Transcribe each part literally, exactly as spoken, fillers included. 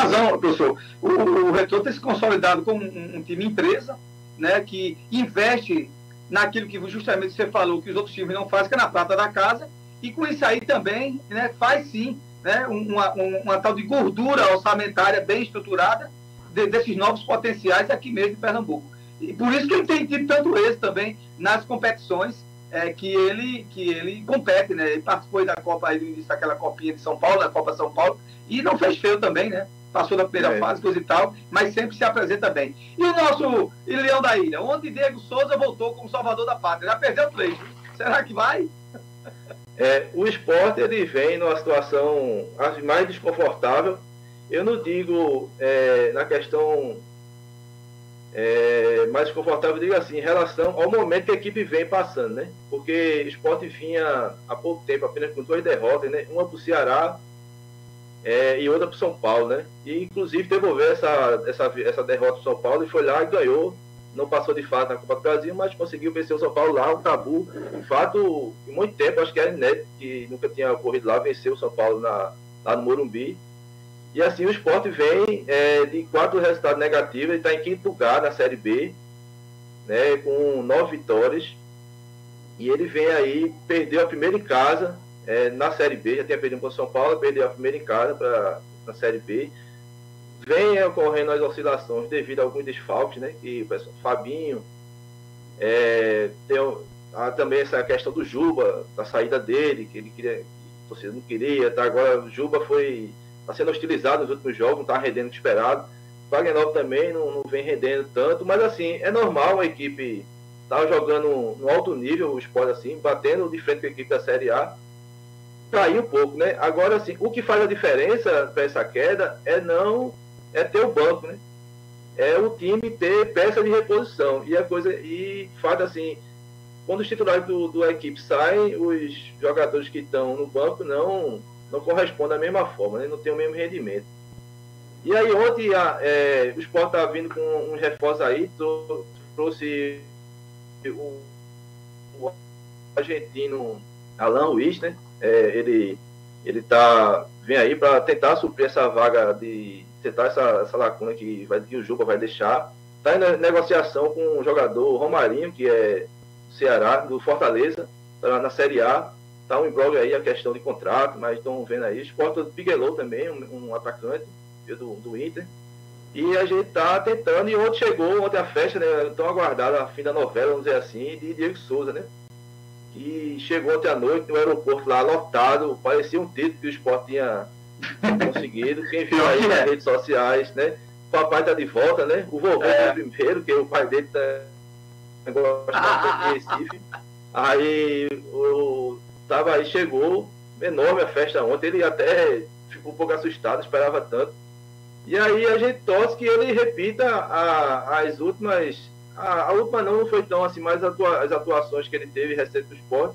razão, professor. O, o Retrô tem se consolidado como um, um time empresa, né, que investe naquilo que justamente você falou, que os outros times não fazem, que é na prata da casa, e com isso aí também, né, faz sim, né, uma, uma, uma tal de gordura orçamentária bem estruturada de, desses novos potenciais aqui mesmo em Pernambuco. E por isso que ele tem tido tanto êxito também nas competições é, que, ele, que ele compete, né? Ele participou da Copa, aí, do início daquela copinha de São Paulo, da Copa São Paulo, e não fez feio também, né? Passou da primeira é. fase, coisa e tal, mas sempre se apresenta bem. E o nosso Leão da Ilha? Ontem Diego Souza voltou como salvador da pátria. Já perdeu três. Será que vai? É, o Sport, ele vem numa situação mais desconfortável. Eu não digo é, na questão é, mais desconfortável, eu digo assim, em relação ao momento que a equipe vem passando, né? Porque o Sport vinha há pouco tempo apenas com duas derrotas, né? Uma para o Ceará é, e outra para o São Paulo, né? E inclusive devolveu essa, essa, essa derrota para o São Paulo e foi lá e ganhou. Não passou de fato na Copa do Brasil, mas conseguiu vencer o São Paulo lá, um tabu. Um fato, em muito tempo, acho que era inédito, que nunca tinha ocorrido lá, venceu o São Paulo na, lá no Morumbi. E assim, o Sport vem é, de quatro resultados negativos, ele está em quinto lugar na Série B, né, com nove vitórias. E ele vem aí, perdeu a primeira em casa, é, na Série B, já tinha perdido para o São Paulo, perdeu a primeira em casa pra, na Série B. Vem ocorrendo as oscilações devido a alguns desfalques, né? Que o Fabinho, é, tem há também essa questão do Juba, da saída dele, que ele queria, que a torcida não queria, tá? Agora o Juba foi, está sendo hostilizado nos últimos jogos, não está rendendo o que esperado. Wagner Love também não, não vem rendendo tanto, mas assim, é normal a equipe estar tá jogando no alto nível, o Sport assim, batendo de frente com a equipe da Série A, cair um pouco, né? Agora, assim, o que faz a diferença para essa queda é não é ter o banco, né? É o time ter peça de reposição. E a coisa, e faz assim, quando os titulares do, do equipe saem, os jogadores que estão no banco não, não correspondem da mesma forma, né? Não tem o mesmo rendimento. E aí ontem a, é, o Sport está vindo com uns reforços aí, trouxe o, o argentino Alan Ruiz, né? É, ele ele tá, vem aí para tentar suprir essa vaga de tentar essa, essa lacuna que, vai, que o Juba vai deixar. Está em negociação com o jogador Romarinho, que é do Ceará, do Fortaleza, tá na Série A. Está um imbróglio aí a questão de contrato, mas estão vendo aí. Sport do Piguelô também, um, um atacante do, do Inter. E a gente está tentando, e ontem chegou, ontem a festa, né, tão aguardada, a fim da novela, vamos dizer assim, de Diego Souza, né? Que chegou ontem à noite no aeroporto lá, lotado, parecia um título que o Sport tinha conseguido. Quem viu aí nas redes sociais, né? O papai tá de volta, né? O vovô é. primeiro, que o pai dele tá gostando de Recife. Aí o tava aí, chegou, enorme a festa ontem, ele até ficou um pouco assustado, esperava tanto. E aí a gente torce que ele repita a, as últimas. A, a última não, não foi tão assim, mas atua, as atuações que ele teve recente do Sport.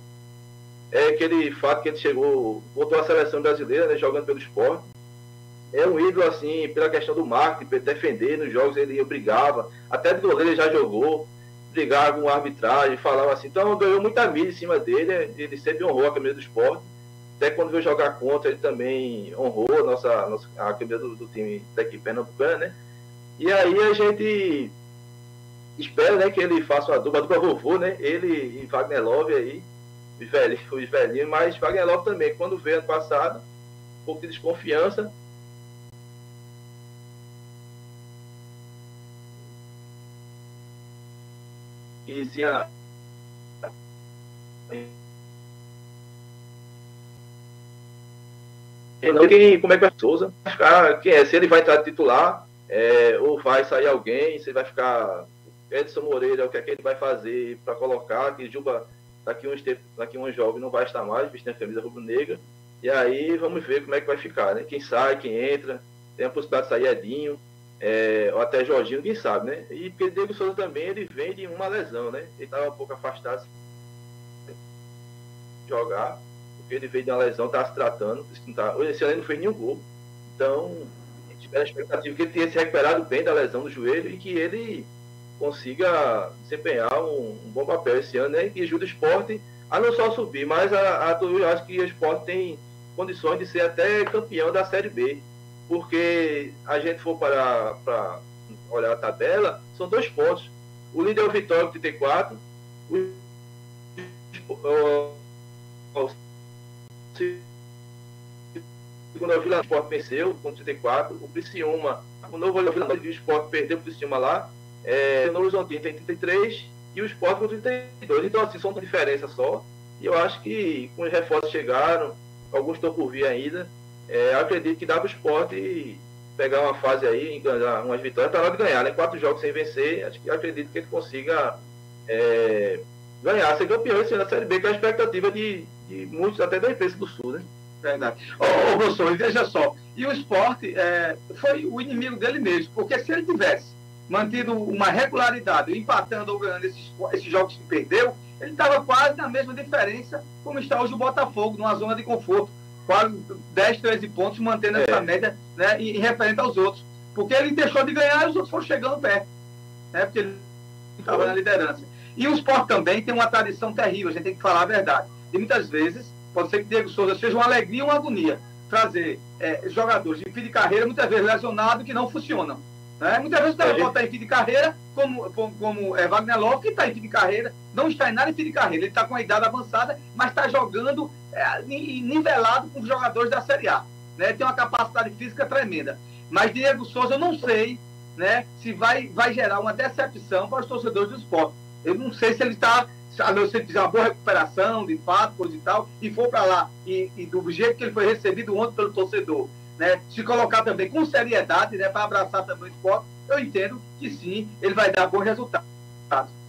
É aquele fato que ele chegou, voltou à seleção brasileira, né, jogando pelo Sport. É um ídolo, assim, pela questão do marketing, para defender nos jogos, ele brigava, até de goleiro ele já jogou, brigava com a arbitragem, falava assim, então ganhou muita mídia em cima dele, ele sempre honrou a camisa do Sport, até quando veio jogar contra, ele também honrou a, nossa, nossa, a camisa do, do time daqui pernambucano, né? E aí a gente espera, né, que ele faça uma dupla, a dupla vovô, né, ele e Wagner Love aí, os velhinhos, os velhinhos, mas Wagner Love também, quando veio ano passado, um pouco de desconfiança. E se a... Não, quem, como é que vai Souza? Quem é? Se ele vai entrar titular, é, ou vai sair alguém, se vai ficar Edson Moreira, o que é que ele vai fazer para colocar, que Juba daqui uns tempos, daqui uns jogos não vai estar mais vestindo a camisa rubro-negra. E aí vamos ver como é que vai ficar, né? Quem sai, quem entra, tem a possibilidade de sair Edinho, é, ou até Jorginho, quem sabe, né? E porque Diego Souza também, ele vem de uma lesão, né? Ele estava um pouco afastado de jogar, porque ele veio de uma lesão, estava se tratando, esse ano ele não fez nenhum gol. Então, a gente espera a expectativa que ele tenha se recuperado bem da lesão do joelho e que ele consiga desempenhar um, um bom papel esse ano, né? E que ajude o Sport a não só subir, mas a, a, eu acho que o Sport tem condições de ser até campeão da Série B. porque a gente for para, para olhar a tabela, são dois pontos. O líder é o Vitória com trinta e quatro, o, o, o segundo é o Vila Sport venceu com trinta e quatro, o Criciúma, o novo Vila Nova e o Sport perdeu o Criciúma lá, é, o Novo Horizontino tem trinta e três e o Sport com trinta e dois. Então, assim, são uma diferença só. E eu acho que com os reforços chegaram, alguns estão por vir ainda, é, eu acredito que dá para o Sport pegar uma fase aí, ganhar umas vitórias, tá lá de ganhar, né? Quatro jogos sem vencer, acho que acredito que ele consiga é, ganhar, ser campeão esse ano da Série B, que é a expectativa de, de muitos, até da imprensa do Sul, né? Verdade. Ô, ô professor, e veja só, e o Sport é, foi o inimigo dele mesmo, porque se ele tivesse mantido uma regularidade, empatando ou ganhando esses, esses jogos que perdeu, ele estava quase na mesma diferença como está hoje o Botafogo, numa zona de conforto, quase dez, treze pontos, mantendo é. essa média, né, em, em referente aos outros. Porque ele deixou de ganhar e os outros foram chegando perto, né, porque ele estava na liderança. E o Sport também tem uma tradição terrível, a gente tem que falar a verdade. E muitas vezes, pode ser que Diego Souza seja uma alegria ou uma agonia, trazer é, jogadores de fim de carreira, muitas vezes lesionados, que não funcionam. Né? Muitas vezes o Telefone está em fim de carreira, como, como, como é, Wagner Love, que está em fim de carreira, não está em nada em fim de carreira, ele está com a idade avançada, mas está jogando é, nivelado com os jogadores da Série A. Né? Tem uma capacidade física tremenda. Mas Diego Souza, eu não sei, né, se vai, vai gerar uma decepção para os torcedores do Sport. Eu não sei se ele está, se ele fizer uma boa recuperação, de fato, coisa e tal, e for para lá, e, e do jeito que ele foi recebido ontem pelo torcedor, né, se colocar também com seriedade, né, para abraçar também o Sport, eu entendo que sim, ele vai dar bons resultados.